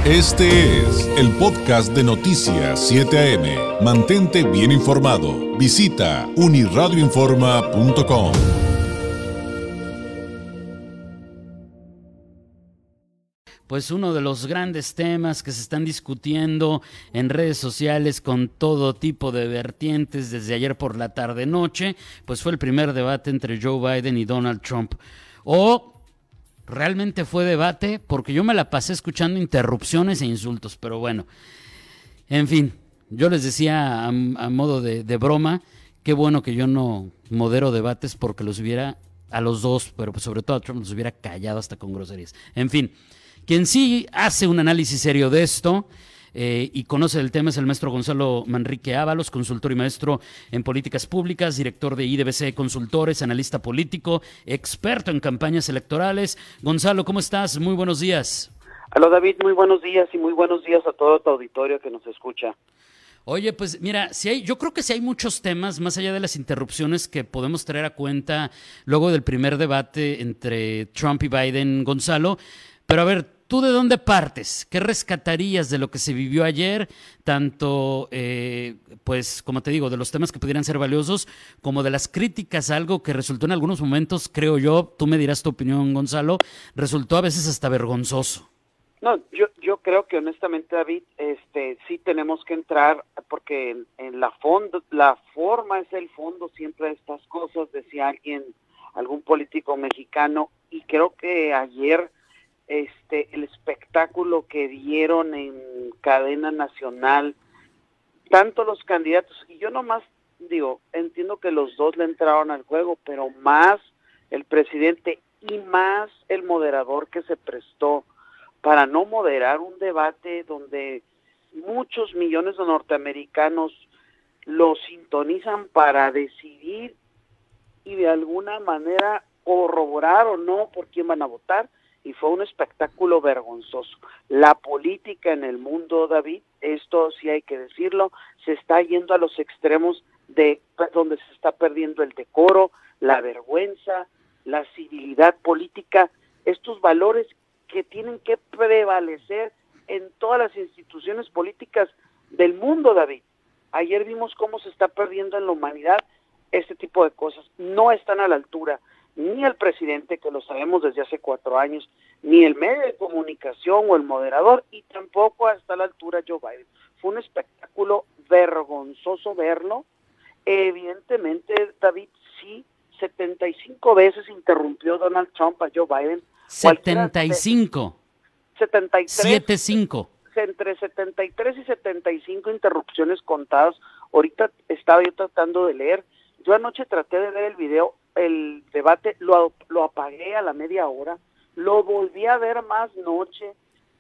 Este es el podcast de Noticias 7 AM. Mantente bien informado. Visita uniradioinforma.com. Pues uno de los grandes temas que se están discutiendo en redes sociales con todo tipo de vertientes desde ayer por la tarde-noche, pues fue el primer debate entre Joe Biden y Donald Trump. Realmente fue debate, porque yo me la pasé escuchando interrupciones e insultos, pero bueno, en fin, yo les decía a modo de broma, qué bueno que yo no modero debates porque los hubiera, a los dos, pero pues sobre todo a Trump, los hubiera callado hasta con groserías. En fin, quien sí hace un análisis serio de esto y conoce el tema es el maestro Gonzalo Manrique Ábalos, consultor y maestro en políticas públicas, director de IDBC Consultores, analista político, experto en campañas electorales. Gonzalo, ¿cómo estás? Muy buenos días. Aló, David, muy buenos días y muy buenos días a todo tu auditorio que nos escucha. Oye, pues mira, yo creo que sí hay muchos temas, más allá de las interrupciones, que podemos traer a cuenta luego del primer debate entre Trump y Biden, Gonzalo. Pero a ver, ¿tú de dónde partes? ¿Qué rescatarías de lo que se vivió ayer? Tanto, pues, como te digo, de los temas que pudieran ser valiosos, como de las críticas a algo que resultó en algunos momentos, creo yo, tú me dirás tu opinión, Gonzalo, resultó a veces hasta vergonzoso. No, yo creo que honestamente, David, sí tenemos que entrar, porque en la forma es el fondo siempre de estas cosas, decía algún político mexicano, y creo que ayer el espectáculo que dieron en cadena nacional, tanto los candidatos, y yo nomás digo, entiendo que los dos le entraron al juego, pero más el presidente y más el moderador que se prestó para no moderar un debate donde muchos millones de norteamericanos lo sintonizan para decidir y de alguna manera corroborar o no por quién van a votar. Y fue un espectáculo vergonzoso. La política en el mundo, David, esto sí hay que decirlo, se está yendo a los extremos de donde se está perdiendo el decoro, la vergüenza, la civilidad política, estos valores que tienen que prevalecer en todas las instituciones políticas del mundo, David. Ayer vimos cómo se está perdiendo en la humanidad este tipo de cosas. No están a la altura ni el presidente, que lo sabemos desde hace 4 años, ni el medio de comunicación o el moderador, y tampoco hasta la altura Joe Biden. Fue un espectáculo vergonzoso verlo. Evidentemente, David, sí, 75 veces interrumpió Donald Trump a Joe Biden. 75. 73. 75. Entre 73 y 75 interrupciones contadas. Ahorita estaba yo tratando de leer. Yo anoche traté de ver el video, el debate, lo apagué a la media hora, lo volví a ver más noche.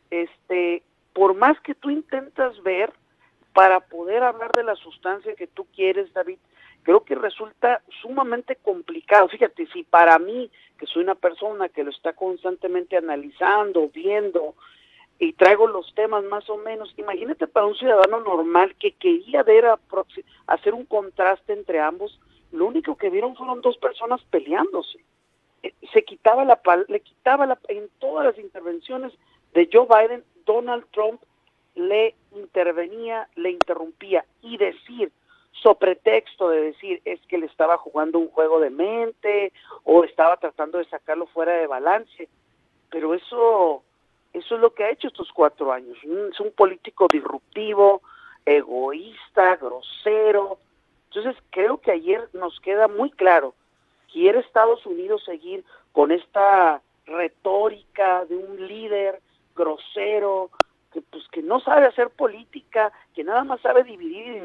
Por más que tú intentas ver para poder hablar de la sustancia que tú quieres, David, creo que resulta sumamente complicado. Fíjate, si para mí, que soy una persona que lo está constantemente analizando, viendo, y traigo los temas más o menos, imagínate para un ciudadano normal que quería ver hacer un contraste entre ambos, lo único que vieron fueron 2 personas peleándose. Le quitaba en todas las intervenciones de Joe Biden, Donald Trump le intervenía, le interrumpía, y decir, sobre pretexto de decir, es que le estaba jugando un juego de mente, o estaba tratando de sacarlo fuera de balance, pero eso es lo que ha hecho estos 4 años. Es un político disruptivo, egoísta, grosero. Entonces creo que ayer nos queda muy claro, ¿quiere Estados Unidos seguir con esta retórica de un líder grosero, que no sabe hacer política, que nada más sabe dividir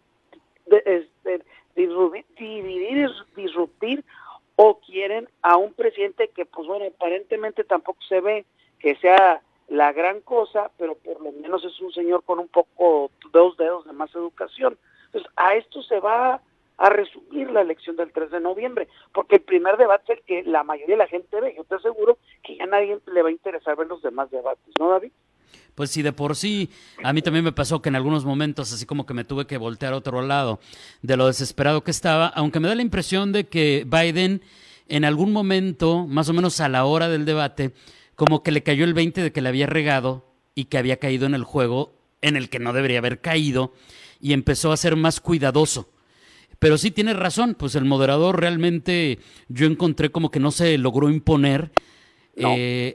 y disruptir, o quieren a un presidente que, pues bueno, aparentemente tampoco se ve que sea la gran cosa, pero por lo menos es un señor con un poco, 2 dedos de más educación? Entonces, a esto se va a resumir la elección del 3 de noviembre, porque el primer debate es el que la mayoría de la gente ve. Yo te aseguro que ya nadie le va a interesar ver los demás debates, ¿no, David? Pues sí, de por sí, a mí también me pasó que en algunos momentos así como que me tuve que voltear a otro lado de lo desesperado que estaba, aunque me da la impresión de que Biden en algún momento, más o menos a la hora del debate, como que le cayó el 20 de que le había regado y que había caído en el juego en el que no debería haber caído y empezó a ser más cuidadoso. Pero sí tienes razón, pues el moderador realmente yo encontré como que no se logró imponer, No.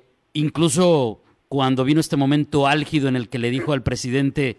incluso cuando vino este momento álgido en el que le dijo al presidente,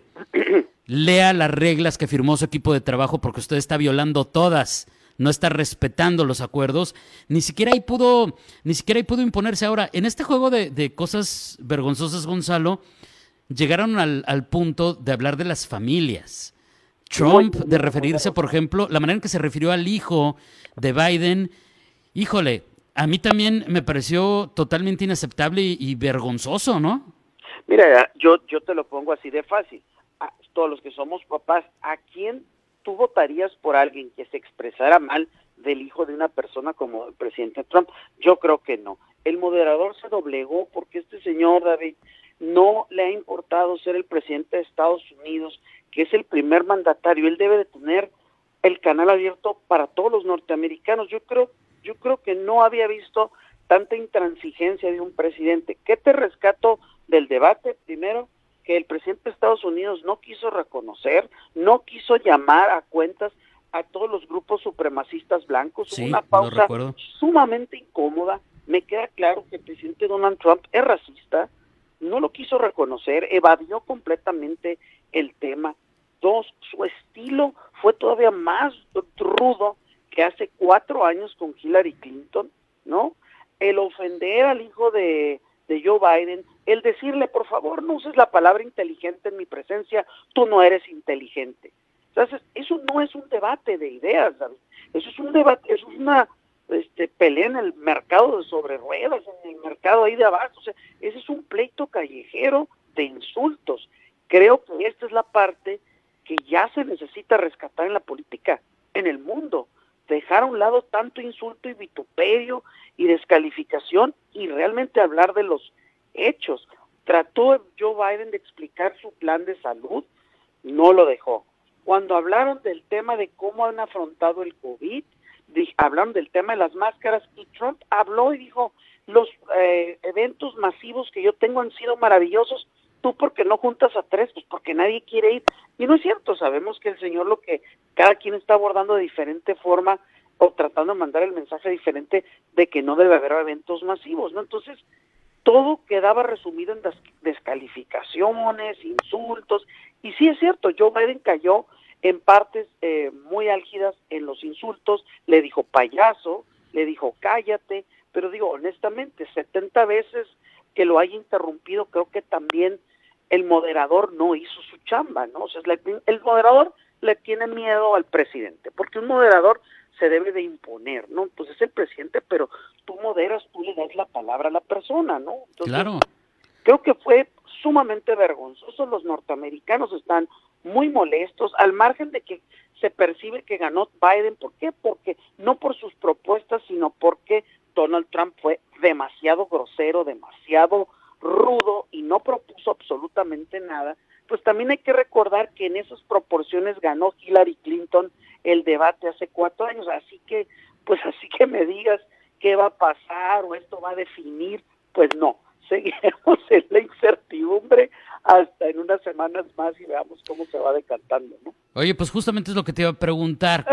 lea las reglas que firmó su equipo de trabajo porque usted está violando todas, no está respetando los acuerdos, ni siquiera ahí pudo imponerse. Ahora, en este juego de cosas vergonzosas, Gonzalo, llegaron al punto de hablar de las familias. Trump, de referirse, por ejemplo, la manera en que se refirió al hijo de Biden, híjole, a mí también me pareció totalmente inaceptable y vergonzoso, ¿no? Mira, yo te lo pongo así de fácil. A todos los que somos papás, ¿a quién tú votarías por alguien que se expresara mal del hijo de una persona como el presidente Trump? Yo creo que no. El moderador se doblegó porque este señor, David, no le ha importado ser el presidente de Estados Unidos, que es el primer mandatario. Él debe de tener el canal abierto para todos los norteamericanos. Yo creo que no había visto tanta intransigencia de un presidente. ¿Qué te rescato del debate? Primero, que el presidente de Estados Unidos no quiso reconocer, no quiso llamar a cuentas a todos los grupos supremacistas blancos. Sí, una pausa sumamente incómoda. Me queda claro que el presidente Donald Trump es racista, no lo quiso reconocer, evadió completamente el tema. Dos, su estilo fue todavía más rudo que hace 4 años con Hillary Clinton, ¿no? El ofender al hijo de Joe Biden, el decirle, por favor, no uses la palabra inteligente en mi presencia, tú no eres inteligente. Entonces, eso no es un debate de ideas, David. Eso es un debate, eso es una pelea en el mercado de sobre ruedas, en el mercado ahí de abajo. O sea, ese es un pleito callejero de insultos. Creo que esta es la parte que ya se necesita rescatar en la política, en el mundo. Dejar a un lado tanto insulto y vituperio y descalificación y realmente hablar de los hechos. Trató Joe Biden de explicar su plan de salud, no lo dejó. Cuando hablaron del tema de cómo han afrontado el COVID, hablaron del tema de las máscaras y Trump habló y dijo, los eventos masivos que yo tengo han sido maravillosos. ¿Tú por qué no juntas a 3? Pues porque nadie quiere ir. Y no es cierto, sabemos que el señor lo que cada quien está abordando de diferente forma o tratando de mandar el mensaje diferente de que no debe haber eventos masivos, ¿no? Entonces, todo quedaba resumido en descalificaciones, insultos, y sí es cierto, Joe Biden cayó en partes muy álgidas en los insultos, le dijo payaso, le dijo cállate, pero digo, honestamente, 70 veces que lo haya interrumpido, creo que también el moderador no hizo su chamba, ¿no? O sea, el moderador le tiene miedo al presidente, porque un moderador se debe de imponer, ¿no? Pues es el presidente, pero tú moderas, tú le das la palabra a la persona, ¿no? Entonces, claro. Creo que fue sumamente vergonzoso. Los norteamericanos están muy molestos, al margen de que se percibe que ganó Biden. ¿Por qué? Porque no por sus propuestas, sino porque Donald Trump fue demasiado grosero, demasiado rudo y no propuso absolutamente nada. Pues también hay que recordar que en esas proporciones ganó Hillary Clinton el debate hace 4 años, así que me digas qué va a pasar o esto va a definir, pues no, seguiremos en la incertidumbre hasta en unas semanas más y veamos cómo se va decantando, ¿no? Oye, pues justamente es lo que te iba a preguntar,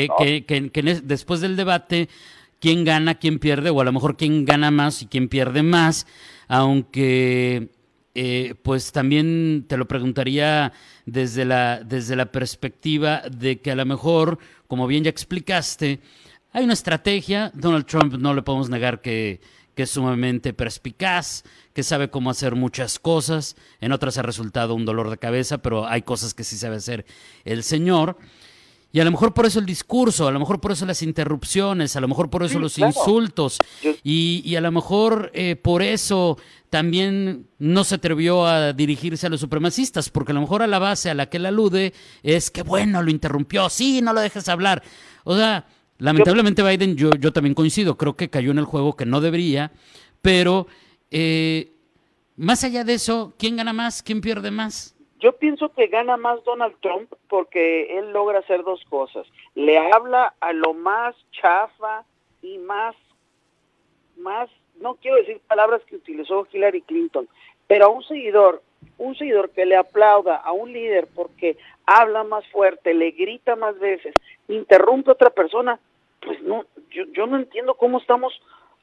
después del debate, ¿quién gana, quién pierde? O a lo mejor quién gana más y quién pierde más, aunque pues también te lo preguntaría desde la perspectiva de que a lo mejor, como bien ya explicaste, hay una estrategia. Donald Trump no le podemos negar que es sumamente perspicaz, que sabe cómo hacer muchas cosas. En otras ha resultado un dolor de cabeza, pero hay cosas que sí sabe hacer el señor. Y a lo mejor por eso el discurso, a lo mejor por eso las interrupciones, a lo mejor por eso los insultos, y a lo mejor por eso también no se atrevió a dirigirse a los supremacistas, porque a lo mejor a la base a la que él alude es que, bueno, lo interrumpió, sí, no lo dejes hablar. O sea, lamentablemente Biden, yo también coincido, creo que cayó en el juego que no debería, pero más allá de eso, ¿quién gana más? ¿Quién pierde más? Yo pienso que gana más Donald Trump porque él logra hacer 2 cosas. Le habla a lo más chafa y más, no quiero decir palabras que utilizó Hillary Clinton, pero a un seguidor un seguidor que le aplauda a un líder porque habla más fuerte, le grita más veces, interrumpe a otra persona, pues no, yo no entiendo cómo estamos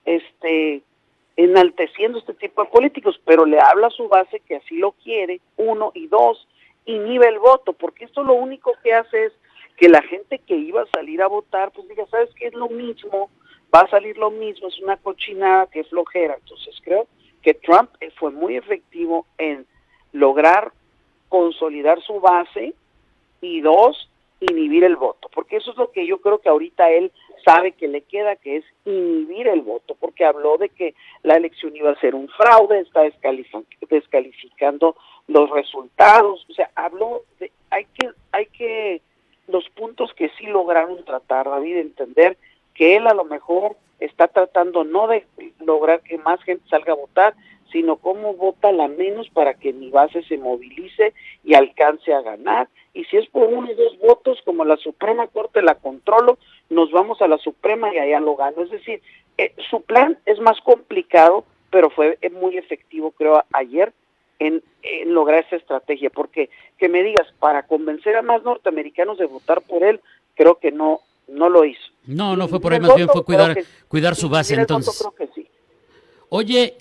enalteciendo este tipo de políticos, pero le habla a su base que así lo quiere, uno, y dos, inhibe el voto, porque esto lo único que hace es que la gente que iba a salir a votar, pues diga, ¿sabes qué? Es lo mismo, va a salir lo mismo, es una cochinada, que flojera. Entonces creo que Trump fue muy efectivo en lograr consolidar su base y dos, inhibir el voto, porque eso es lo que yo creo que ahorita él sabe que le queda, que es inhibir el voto, porque habló de que la elección iba a ser un fraude, está descalificando los resultados, o sea, habló de, hay que los puntos que sí lograron tratar, David, entender que él a lo mejor está tratando no de lograr que más gente salga a votar, sino cómo vota la menos para que mi base se movilice y alcance a ganar. Y si es por 1 o 2 votos, como la Suprema Corte la controlo, nos vamos a la Suprema y allá lo gano. Es decir, su plan es más complicado, pero fue muy efectivo, creo, ayer en lograr esa estrategia. Porque que me digas, para convencer a más norteamericanos de votar por él, creo que no lo hizo. No fue por ahí, más bien fue cuidar su base, entonces. Voto, creo que sí. Oye,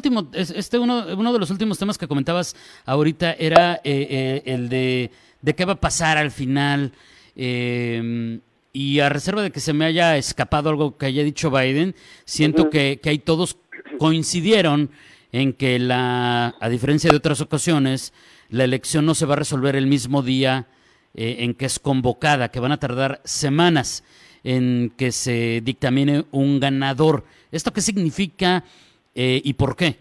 uno de los últimos temas que comentabas ahorita era el de qué va a pasar al final, y a reserva de que se me haya escapado algo que haya dicho Biden, siento que ahí todos coincidieron en que a diferencia de otras ocasiones, la elección no se va a resolver el mismo día en que es convocada, que van a tardar semanas en que se dictamine un ganador. ¿Esto qué significa y por qué?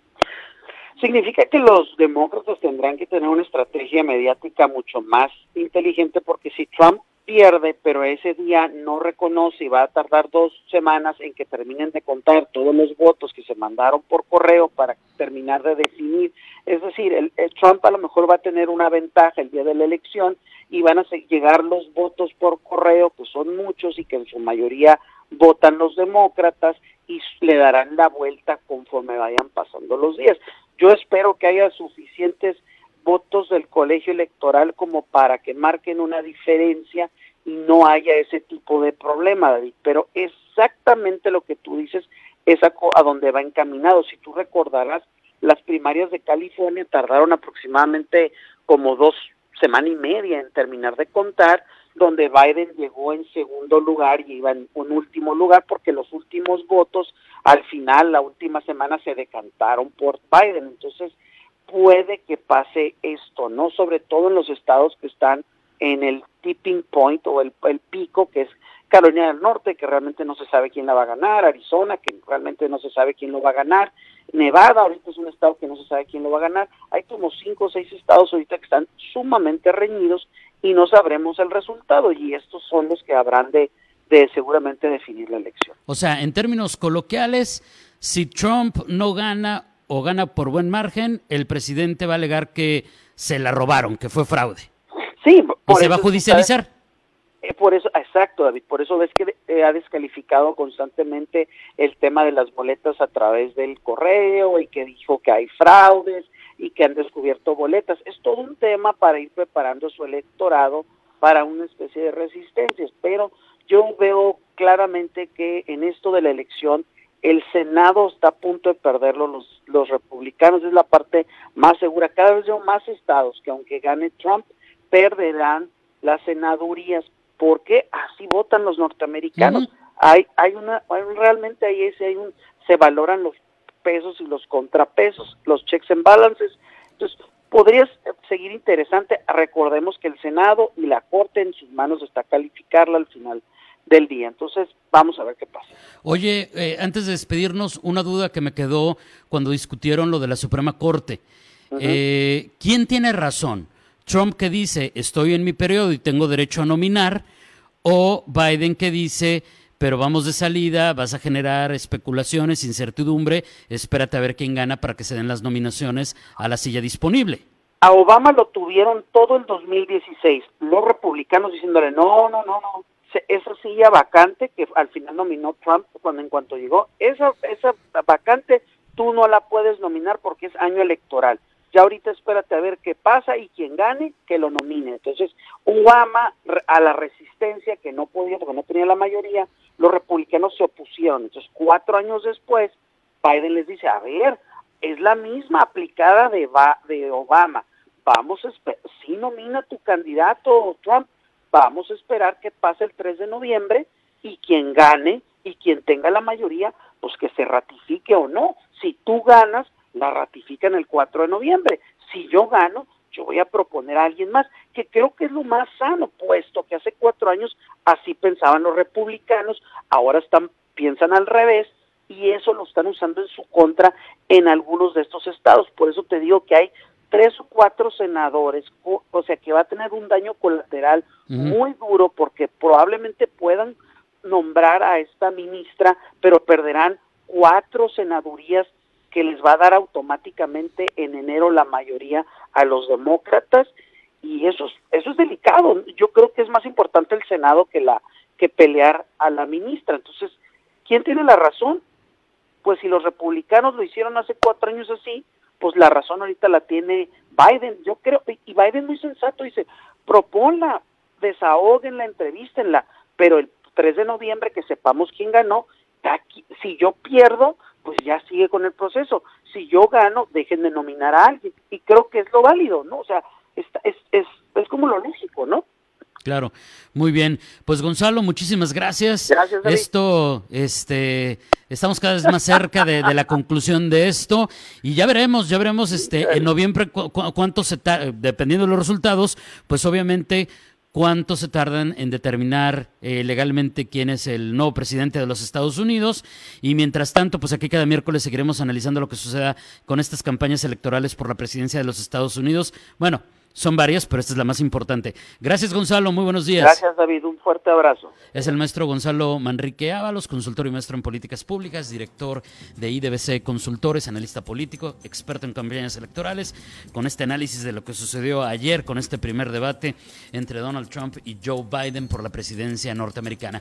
Significa que los demócratas tendrán que tener una estrategia mediática mucho más inteligente, porque si Trump pierde, pero ese día no reconoce y va a tardar 2 semanas en que terminen de contar todos los votos que se mandaron por correo para terminar de definir, es decir, el Trump a lo mejor va a tener una ventaja el día de la elección y van a llegar los votos por correo, que son muchos y que en su mayoría votan los demócratas, y le darán la vuelta conforme vayan pasando los días. Yo espero que haya suficientes votos del colegio electoral como para que marquen una diferencia y no haya ese tipo de problema, David, pero exactamente lo que tú dices es a donde va encaminado. Si tú recordarás, las primarias de California tardaron aproximadamente como 2 semanas y media en terminar de contar, donde Biden llegó en segundo lugar y iba en un último lugar, porque los últimos votos al final, la última semana, se decantaron por Biden. Entonces puede que pase esto, ¿no? Sobre todo en los estados que están en el tipping point o el pico, que es Carolina del Norte, que realmente no se sabe quién la va a ganar, Arizona, que realmente no se sabe quién lo va a ganar, Nevada ahorita es un estado que no se sabe quién lo va a ganar. Hay como 5 o 6 estados ahorita que están sumamente reñidos y no sabremos el resultado, y estos son los que habrán de seguramente definir la elección. O sea, en términos coloquiales, si Trump no gana o gana por buen margen, el presidente va a alegar que se la robaron, que fue fraude. Sí, ¿y se va a judicializar? Por eso, exacto, David, por eso ves que ha descalificado constantemente el tema de las boletas a través del correo, y que dijo que hay fraudes y que han descubierto boletas. Es todo un tema para ir preparando su electorado para una especie de resistencias, pero yo veo claramente que en esto de la elección el Senado está a punto de perderlo los republicanos, es la parte más segura. Cada vez veo más estados que aunque gane Trump, perderán las senadurías, porque así votan los norteamericanos. Realmente ahí se valoran los pesos y los contrapesos, los checks and balances. Entonces, podría seguir interesante. Recordemos que el Senado y la Corte en sus manos está calificarla al final del día. Entonces, vamos a ver qué pasa. Oye, antes de despedirnos, una duda que me quedó cuando discutieron lo de la Suprema Corte. ¿Quién tiene razón? ¿Trump, que dice, estoy en mi periodo y tengo derecho a nominar? ¿O Biden, que dice, pero vamos de salida, vas a generar especulaciones, incertidumbre, espérate a ver quién gana para que se den las nominaciones a la silla disponible? A Obama lo tuvieron todo el 2016, los republicanos diciéndole, no, esa silla vacante que al final nominó Trump en cuanto llegó, esa vacante tú no la puedes nominar porque es año electoral. ya ahorita espérate a ver qué pasa y quien gane, que lo nomine. Entonces, Obama, a la resistencia, que no podía porque no tenía la mayoría, los republicanos se opusieron. Entonces, 4 años después, Biden les dice, a ver, es la misma aplicada de Obama, vamos a esperar, si nomina tu candidato Trump, vamos a esperar que pase el 3 de noviembre y quien gane y quien tenga la mayoría, pues que se ratifique o no. Si tú ganas, la ratifican el 4 de noviembre. Si yo gano, yo voy a proponer a alguien más, que creo que es lo más sano, puesto que hace 4 años así pensaban los republicanos, ahora piensan al revés, y eso lo están usando en su contra en algunos de estos estados. Por eso te digo que hay 3 o 4 senadores, o sea que va a tener un daño colateral muy duro, porque probablemente puedan nombrar a esta ministra, pero perderán 4 senadurías que les va a dar automáticamente en enero la mayoría a los demócratas, y eso es delicado. Yo creo que es más importante el Senado que pelear a la ministra. Entonces, ¿quién tiene la razón? Pues si los republicanos lo hicieron hace 4 años así, pues la razón ahorita la tiene Biden. Yo creo, y Biden muy sensato, dice, proponla, desahóguenla, entrevístenla, pero el 3 de noviembre que sepamos quién ganó. Aquí, si yo pierdo, pues ya sigue con el proceso. Si yo gano, dejen de nominar a alguien. Y creo que es lo válido, ¿no? O sea, es como lo lógico, ¿no? Claro, muy bien. Pues Gonzalo, muchísimas gracias. Gracias, David. Estamos cada vez más cerca de la conclusión de esto y ya veremos en noviembre cuánto dependiendo de los resultados, pues obviamente cuánto se tardan en determinar legalmente quién es el nuevo presidente de los Estados Unidos, y mientras tanto, pues aquí cada miércoles seguiremos analizando lo que suceda con estas campañas electorales por la presidencia de los Estados Unidos. Bueno, son varias, pero esta es la más importante. Gracias, Gonzalo, muy buenos días. Gracias, David, un fuerte abrazo. Es el maestro Gonzalo Manrique Ábalos, consultor y maestro en políticas públicas, director de IDBC Consultores, analista político, experto en campañas electorales, con este análisis de lo que sucedió ayer con este primer debate entre Donald Trump y Joe Biden por la presidencia norteamericana.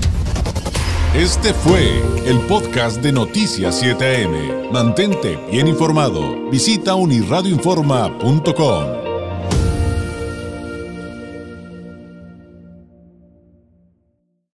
Este fue el podcast de Noticias 7am. Mantente bien informado. Visita unirradioinforma.com.